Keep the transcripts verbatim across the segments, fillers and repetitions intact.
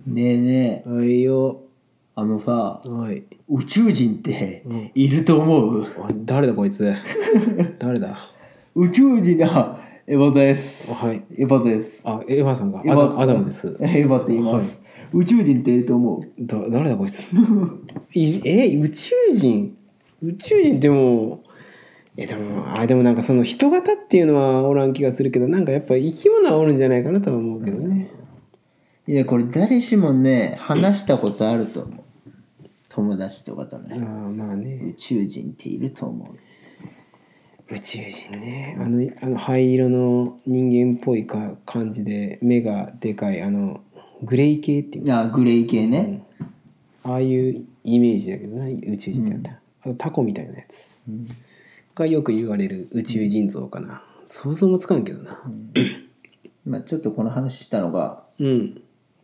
ねえねえ、 はいよ。 あのさ、 はい。 宇宙人ってうんいると思う？ あ誰だこいつ。誰だ。 宇宙人だ。エヴァです。 はい。 エヴァです。 あ、エヴァさんが。 エヴァアダアダムです。 エヴァって言います。 はい宇宙人っていると思う？ だ誰だこいつ。いえ宇宙人宇宙人でもえでもあでもなんかその人型っていうのはおらん気がするけど、なんかやっぱ生き物はおるんじゃないかなとは思うけどね。 いや、これ誰しもね、話したことあると思う。友達とかとあね。 ーまあね。 宇宙人っていると思う。 宇宙人ね。あのあの灰色の人間っぽいか感じで目がでかいあのグレイ系っていうあ、グレイ系ね。 ああいうイメージだけどな、宇宙人ってあったら、あとタコみたいなやつうんがよく言われる宇宙人像かな、想像もつかんけどな。 まあちょっとこの話したのが、 うん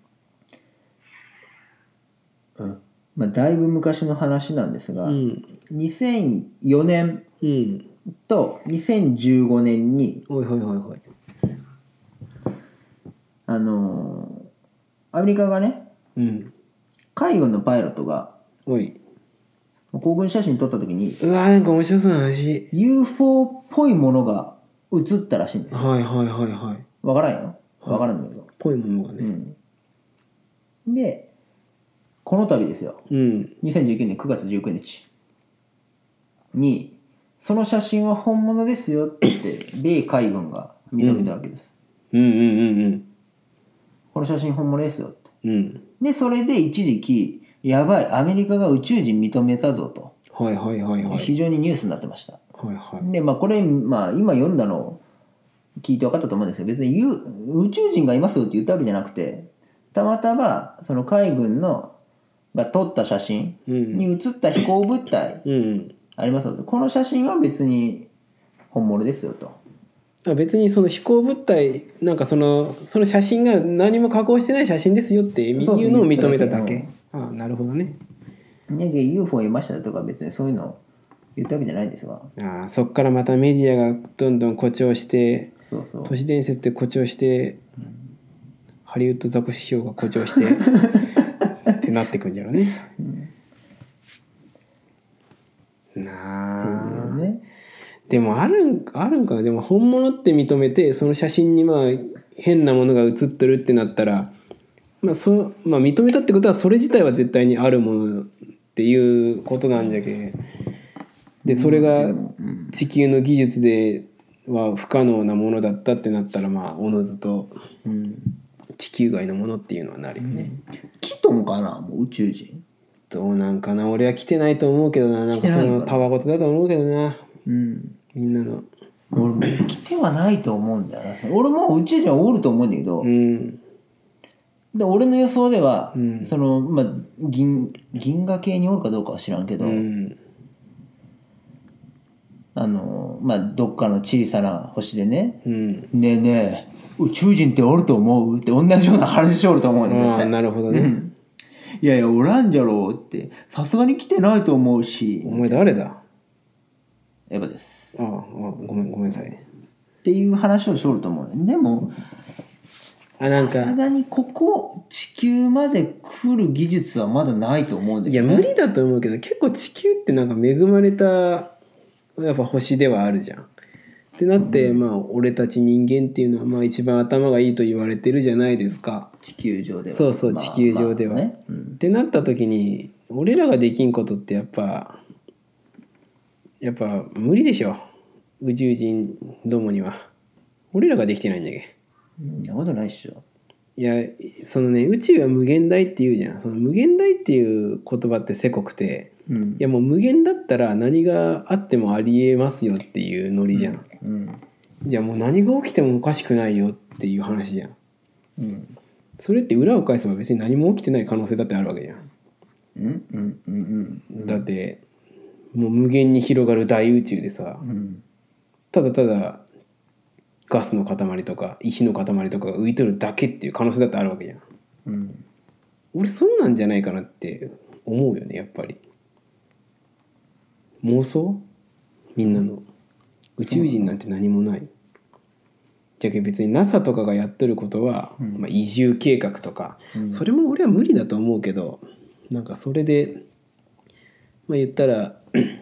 うんまあ、だいぶ昔の話なんですが、 うんにせんよねんうんとにせんじゅうごねんにおいはいはいはいあのーアメリカがね、 うん海軍のパイロットがおい航空写真撮った時にうわーなんか面白そうな話。 ユーフォー っぽいものが映ったらしいんだよ。 はいはいはいはいわからんよ。わからんんだけど、 ぽいものがね。 うん、でこの度ですよ、 うんにせんじゅうきゅうねんくがつじゅうくにちにその写真は本物ですよって米海軍が認めたわけです、 うんうんうんうんこの写真本物ですよって。 うんでそれで一時期やばいアメリカが宇宙人認めたぞとはいはいはいはい非常にニュースになってました。 はいはいでまあこれ、まあ、今読んだのを聞いて分かったと思うんですけど、別に言う宇宙人がいますよって言ったわけじゃなくて、たまたまその海軍のが撮った写真に写った飛行物体うんうんありますよと、この写真は別に本物ですよと。 あ別にその飛行物体なんかそのその写真が何も加工してない写真ですよっていうそうそうのを認めただ言け。 っただああなるほどね。 ね、ユーフォー いましたとか別にそういうのを言ったわけじゃないんですが、 ああそっからまたメディアがどんどん誇張してそうそう都市伝説で誇張して、うん、ハリウッドザコシショウが誇張してってなってくんじゃろうね、うん、なあ、ね、でもあるんあるんかな。でも本物って認めてその写真にまあ変なものが写ってるってなったら、まあそまあ、認めたってことはそれ自体は絶対にあるものっていうことなんじゃけ。でそれが地球の技術では不可能なものだったってなったら、まあおのずと地球外のものっていうのはなるよね、 うん、来とんかなもう宇宙人。 どうなんかな。俺は来てないと思うけどな。なんかそのたわごとだと思うけどな、うん、みんなの。 俺も来てはないと思うんだよな。俺も宇宙人はおると思うんだけど、うん、で俺の予想では、うん、そのまあ銀銀河系におるかどうかは知らんけど、うん、あのまあどっかの小さな星でね、うん、ねえねえ宇宙人っておると思うって同じような話しおると思うんですよ。 ああなるほどね、うん、 いやいやおらんじゃろうって、さすがに来てないと思うし。 お前誰だ。 エヴァです。 ああごめんごめんなさいっていう話をしおると思う。でもさすがにここ地球まで来る技術はまだないと思うんだけど、 ね、いや無理だと思うけど、結構地球ってなんか恵まれたやっぱ星ではあるじゃんってなって、うん、まあ俺たち人間っていうのはまあ一番頭がいいと言われてるじゃないですか、 地球上では。 そうそう、まあ、地球上では、まあね、うん、ってなった時に俺らができんことってやっぱやっぱ無理でしょ。宇宙人どもには俺らができてないんだけど。そんなことないっしょ。 いやそのね、宇宙は無限大って言うじゃん。その無限大っていう言葉ってせこくて、うん、いやもう無限だったら何があってもありえますよっていうノリじゃん、うんうん、じゃあもう何が起きてもおかしくないよっていう話じゃん、うん、それって裏を返せば別に何も起きてない可能性だってあるわけじゃん、うんうんうんうん、だってもう無限に広がる大宇宙でさ、うん、ただただガスの塊とか石の塊とかが浮いとるだけっていう可能性だってあるわけじゃん、うん、俺そうなんじゃないかなって思うよね。やっぱり妄想みんなの宇宙人なんて何もない。 じゃけ別に ナサ とかがやってることは、 うんまあ、移住計画とか、 うん、 それも俺は無理だと思うけど、なんかそれでまあ言ったら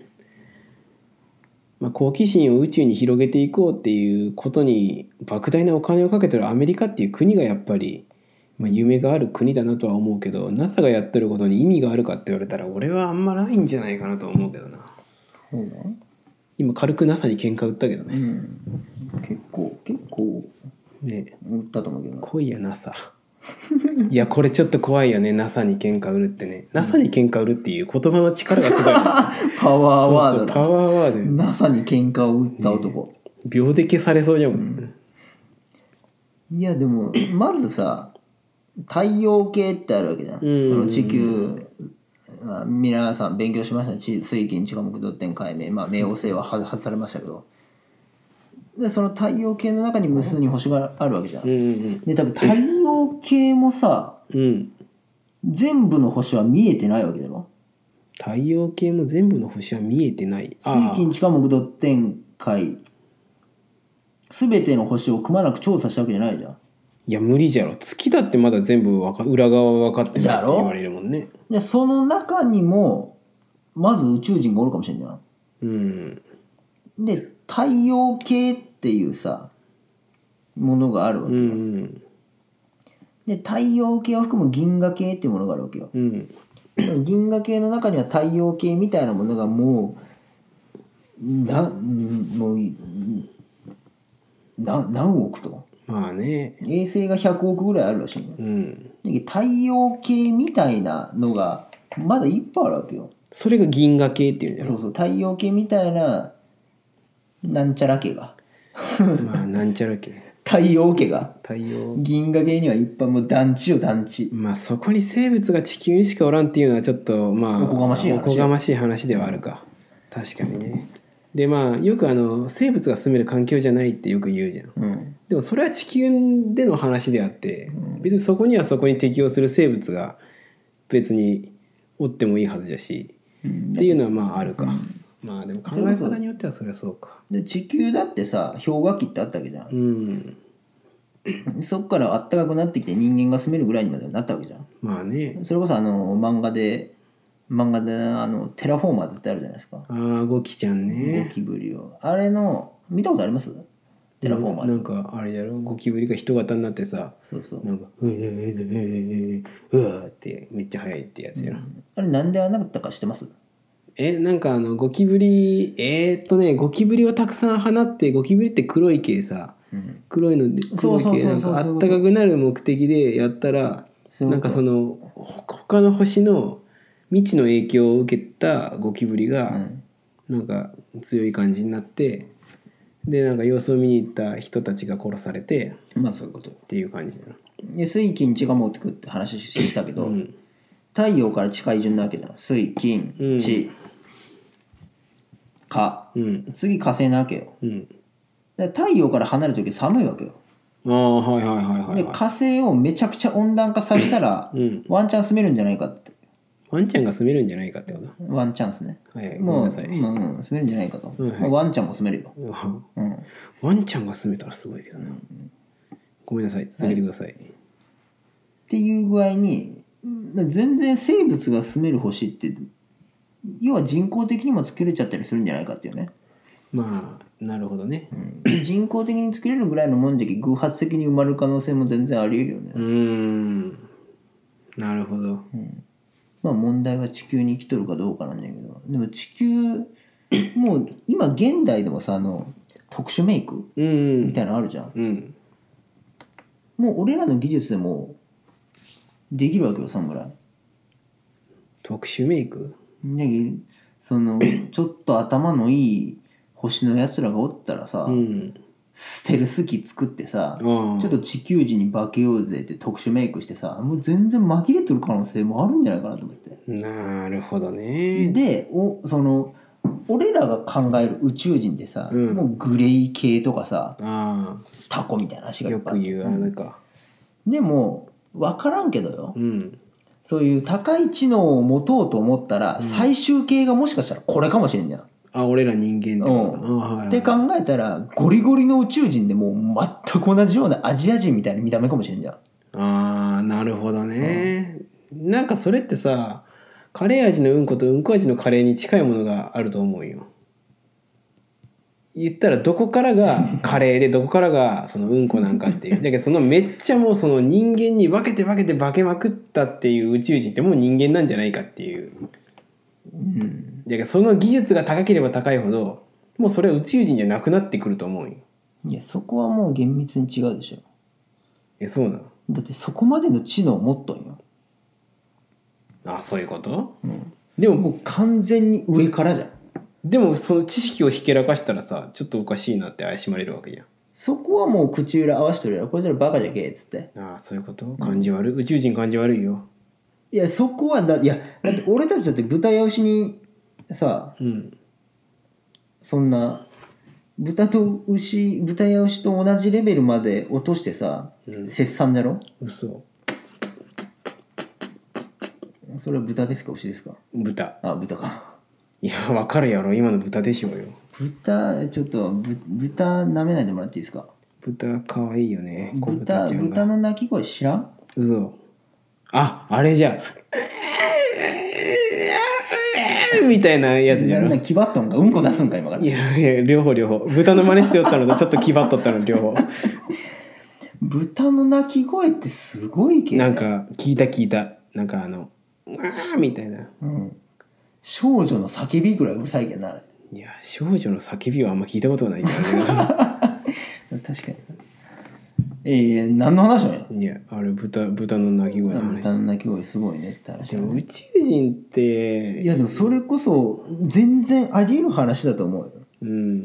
まあ好奇心を宇宙に広げていこうっていうことに莫大なお金をかけてるアメリカっていう国がやっぱり、まあ、夢がある国だなとは思うけど ナサ がやってることに意味があるかって言われたら俺はあんまないんじゃないかなと思うけどな。 そうなの？ 今軽く ナサ に喧嘩売ったけどね、 うん、結構結構ね売ったと思うけどな。 来いや ナサ いやこれちょっと怖いよね ナサ に喧嘩売るってね ナサ に喧嘩売るっていう言葉の力がすごい、ね、 パワーワードそうそうパワーワードナサ に喧嘩を売った男、ね、 秒で消されそうじゃもん、 うん、いやでもまずさ太陽系ってあるわけじゃん、うん、その地球、まあ、皆さん勉強しましたね。水金地下木土天海冥、まあ、冥王星は外されましたけど、でその太陽系の中に無数に星があるわけじゃん、うんうん、で多分太陽系もさ、うん、全部の星は見えてないわけだろ。 太陽系も全部の星は見えてない。 水金地下木土天海全ての星をくまなく調査したわけじゃないじゃん。 いや無理じゃろ。月だってまだ全部わか裏側は分かってないって言われるもんね。 でその中にもまず宇宙人がおるかもしれんじゃん、うん、で太陽系っていうさものがあるわけよ、うん、で太陽系を含む銀河系っていうものがあるわけよ、うん、銀河系の中には太陽系みたいなものがもうなもうな何億と、 まあね、 衛星がひゃくおくぐらいあるらしいの、うん、太陽系みたいなのがまだいっぱいあるわけよ。 それが銀河系っていうんだよ。 そうそう、太陽系みたいななんちゃら系がまあなんちゃら系太陽系が太陽銀河系にはいっぱいもう団地よ団地。 まあそこに生物が地球にしかおらんっていうのはちょっとまあおこがましい話おこがましい話ではあるか、うん、確かにね。でまあよくあの生物が住める環境じゃないってよく言うじゃん、うん、でもそれは地球での話であって、うん、別にそこにはそこに適応する生物が別におってもいいはずだし、うん、っていうのはまああるか、うん、まあでも考え方によってはそれはそうか。 で地球だってさ氷河期ってあったわけじゃん、うん、そっから暖かくなってきて人間が住めるぐらいにまでなったわけじゃん。 まあね、 それこそあの漫画で漫画であのテラフォーマーズってあるじゃないですか。 ああゴキちゃんね。 ゴキブリをあれの見たことあります？テラフォーマーズ。 なんかあれやろ、ゴキブリが人型になってさ、 そうそうなんかうえええうわーってめっちゃ速いってやつやろ、うん、 あれなんでああなったか知ってます？ えなんかあのゴキブリえー、っとねゴキブリをたくさん放ってゴキブリって黒い系さ、うん、黒いので黒い系なんかあったかくなる目的でやったらなんかその他の星の未知の影響を受けたゴキブリがなんか強い感じになって、でなんか様子を見に行った人たちが殺されて、 まあそういうことっていう感じだな。 で水金地が持ってくって話したけど、うん、太陽から地下順なわけだ。水金地、うん、火、うん、次火星なわけよ、うん、で太陽から離れる時寒いわけよ。 ああはいはいはいはい、はい、 で火星をめちゃくちゃ温暖化させたら、うん、ワンチャン住めるんじゃないかって。 ワンちゃんが住めるんじゃないかってこと。 ワンチャンスね。 はい、 もう、うん、住めるんじゃないかと。はいはい、ワンちゃんも住めるよ、 うん。ワンちゃんが住めたらすごいけどな。うん、ごめんなさい、続けてください。はい、 っていう具合に、全然生物が住める星って、要は人工的にも作れちゃったりするんじゃないかっていうね。 まあ、なるほどね。 うん、人工的に作れるぐらいのもんじゃき、偶発的に生まれる可能性も全然あり得るよね。 うーん。なるほど。 うんまあ問題は地球に生きとるかどうかなんだけど、でも地球もう今現代でもさあの特殊メイクみたいなのあるじゃん、うんうん、もう俺らの技術でもできるわけよそんぐらい。 特殊メイクでそのちょっと頭のいい星のやつらがおったらさ、うんステルス機作ってさ、ちょっと地球人に化けようぜって特殊メイクしてさ、もう全然紛れてる可能性もあるんじゃないかなと思って。 なるほどね。 でおその俺らが考える宇宙人ってさ、うん、もうグレイ系とかさあタコみたいな足がいっぱいあって、 よく言うあれか。 でも分からんけどよ、うん、そういう高い知能を持とうと思ったら、うん、最終形がもしかしたらこれかもしれんじゃん。 あ俺ら人間ってこと、 うんはいはい、って考えたらゴリゴリの宇宙人でも全く同じようなアジア人みたいな見た目かもしれんじゃん。 あーなるほどね、うん、なんかそれってさカレー味のうんことうんこ味のカレーに近いものがあると思うよ。言ったらどこからがカレーでどこからがそのうんこなんかっていうだけどそのめっちゃもうその人間に分けて分けて化けまくったっていう宇宙人ってもう人間なんじゃないかっていう、うん、だけどその技術が高ければ高いほどもうそれは宇宙人じゃなくなってくると思うよ。 いやそこはもう厳密に違うでしょ。 えそうなの？ だってそこまでの知能を持っとんよ。 あそういうこと、 うん、でももう完全に上からじゃん。 でもその知識をひけらかしたらさちょっとおかしいなって怪しまれるわけじゃん。 そこはもう口裏合わしとるやろ。こいつらバカじゃけえっつって。 ああそういうこと。感じ悪い、うん、宇宙人感じ悪いよ。 いやそこはだいやだって俺たちだって豚や牛にさ、うん、そんな豚と牛豚や牛と同じレベルまで落としてさ、うん、切算だろ。 嘘。 それは豚ですか牛ですか？ 豚。 あ豚か。 いや分かるやろ今の豚でしょうよ。 豚ちょっとぶ豚舐めないでもらっていいですか？ 豚かわいいよね。 豚豚の鳴き声知らん？ 嘘。ああれじゃみたいなやつじゃん。 なんな気張っとんかうんこ出すんか今から。 いやいや両方両方豚の真似しておったのとちょっと気張っとったの両方。 豚の鳴き声ってすごいけど、ね、なんか聞いた聞いたなんかあのうわーみたいな、 うん、少女の叫びぐらいうるさいけどなあれ。 いや少女の叫びはあんま聞いたことがないけどね。確かに。えー、何の話なんや。 いやあれ豚豚の鳴き声の話。 豚の鳴き声すごいねって話。 でも宇宙人っていやでもそれこそ全然あり得る話だと思うよ。うん、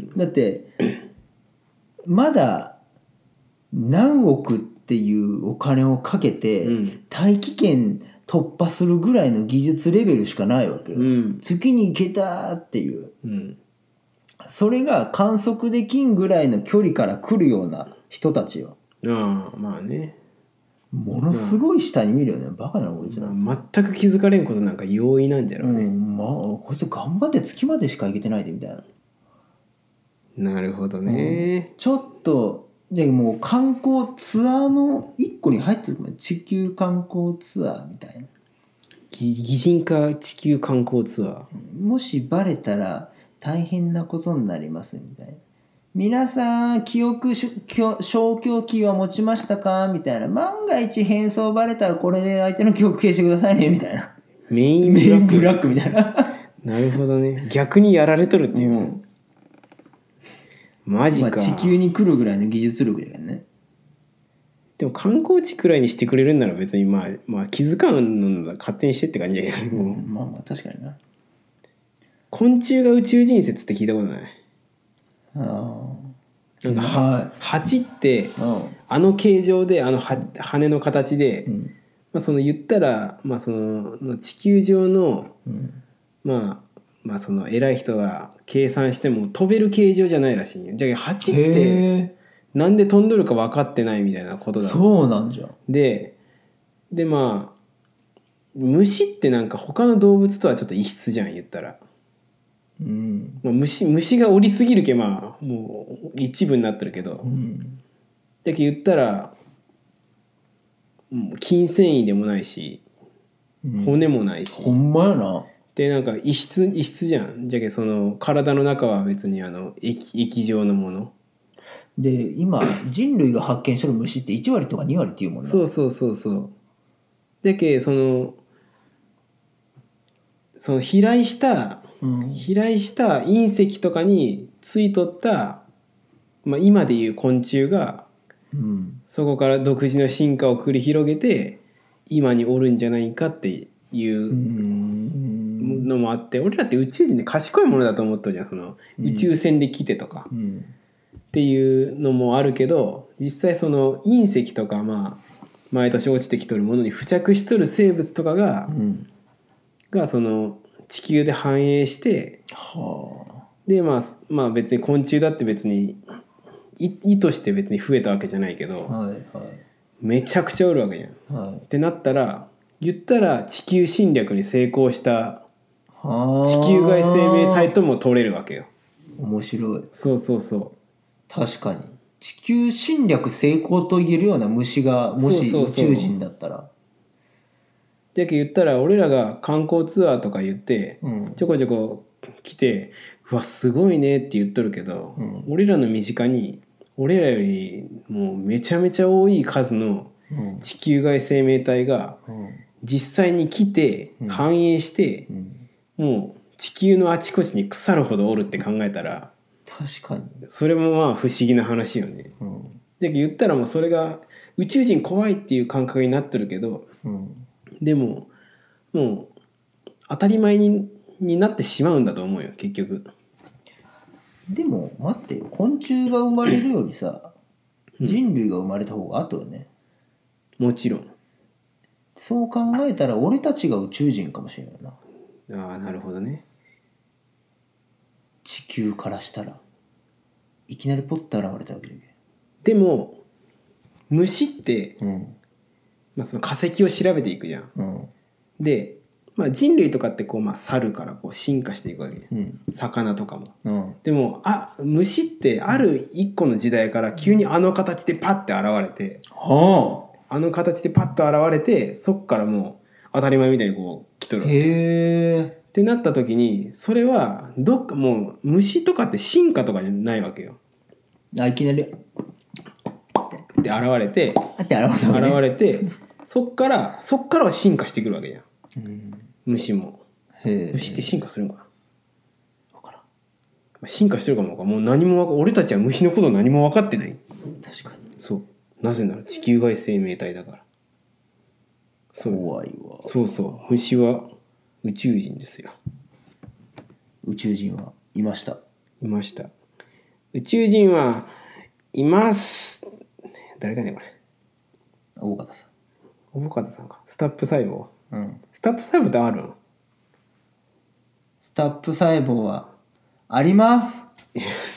だってまだ何億っていうお金をかけて大気圏突破するぐらいの技術レベルしかないわけよ、うん、月に行けたっていう、うん、それが観測できんぐらいの距離から来るような人たちよ。 ああまあねものすごい下に見るよね、うん、バカなこいつなんですよ。 全く気づかれんことなんか容易なんじゃろうね、うん、 まあこいつ頑張って月までしか行けてないでみたいな。 なるほどね、 うん、ちょっとでもう観光ツアーの一個に入ってる地球観光ツアーみたいな。 擬人化地球観光ツアー、 もしバレたら大変なことになりますみたいな。皆さん記憶消去期は持ちましたかみたいな。万が一変装バレたらこれで相手の記憶消してくださいねみたいな。 メインブラック、メインブラックみたいな。 なるほどね。逆にやられとるっていう、うん、マジか、まあ、 地球に来るぐらいの技術力だけどね。 でも観光地くらいにしてくれるんなら別にまあ、まあ、気づかんのなら勝手にしてって感じだけど、うん、 まあまあ確かにな。 昆虫が宇宙人説って聞いたことない？ あなんかは蜂って、うん、あの形状であのは羽の形で、うんまあ、その言ったら、まあ、その地球上の、うんまあまあ、その偉い人が計算しても飛べる形状じゃないらしいよ。じゃあ蜂ってなんで飛んどるか分かってないみたいなことだ。 そうなんじゃ。 ででまあ虫ってなんか他の動物とはちょっと異質じゃん言ったら。うんまあ、虫, 虫がおりすぎるけまあもう一部になってるけど、うん、だけ言ったら筋繊維でもないし、うん、骨もないしほんまやな。 でなんか異質異質じゃん。じゃけその体の中は別にあの 液, 液状のもので今人類が発見してる虫っていち割とかに割っていうもんな。 そうそうそうそうだけそのその飛来したうん、飛来した隕石とかについとった、まあ、今でいう昆虫が、うん、そこから独自の進化を繰り広げて今におるんじゃないかっていうのもあって、俺らって宇宙人で賢いものだと思ったじゃん。その宇宙船で来てとか、うん、っていうのもあるけど実際その隕石とか、まあ、毎年落ちてきとるものに付着しとる生物とかが、うん、がその地球で繁栄して、はあ、で、まあ、まあ別に昆虫だって別に意図して別に増えたわけじゃないけど、はいはい、めちゃくちゃおるわけじゃん、はい、ってなったら言ったら地球侵略に成功した地球外生命体とも取れるわけよ。 面白い。 そうそうそう。 確かに地球侵略成功と言えるような虫がもし宇宙人だったら。そうそうそう。 じゃけ言ったら俺らが観光ツアーとか言って、うん、ちょこちょこ来てうわすごいねって言っとるけど、うん、俺らの身近に俺らよりもうめちゃめちゃ多い数の地球外生命体が実際に来て繁栄して、うんうん、もう地球のあちこちに腐るほどおるって考えたら確かにそれもまあ不思議な話よね。うん、で言ったらもうそれが宇宙人怖いっていう感覚になってるけど、うん、でももう当たり前に、になってしまうんだと思うよ結局。 でも待ってよ、昆虫が生まれるよりさ、うん、人類が生まれた方が後よね。 もちろん。 そう考えたら俺たちが宇宙人かもしれないな。ああなるほどね。 地球からしたらいきなりポッと現れたわけだけど。でも虫って、うんまあ、その化石を調べていくじゃん。うん、で、まあ、人類とかってこう、まあ、猿からこう進化していくわけ、うん、魚とかも。うん、でもあ虫ってある一個の時代から急にあの形でパッて現れて、うん、あの形でパッと現れてそっからもう当たり前みたいにこう来とるわけ。へーってなった時にそれはどっかもう虫とかって進化とかじゃないわけよ。 あいきなりで現れてって現れ、 ね、現れてそっからそっからは進化してくるわけじゃん、うん、虫も。へ虫って進化するんかな。分からん。進化してるかもかもう何も俺たちは虫のこと何も分かってない。 確かに。 そうなぜなら地球外生命体だから。そう怖いわ。 そうそう虫は宇宙人ですよ。 宇宙人はいました。 いました。宇宙人はいます。誰かねこれ。 大方さん。 大方さんか。スタップ細胞。うん。スタップ細胞ってあるの？ スタップ細胞はあります。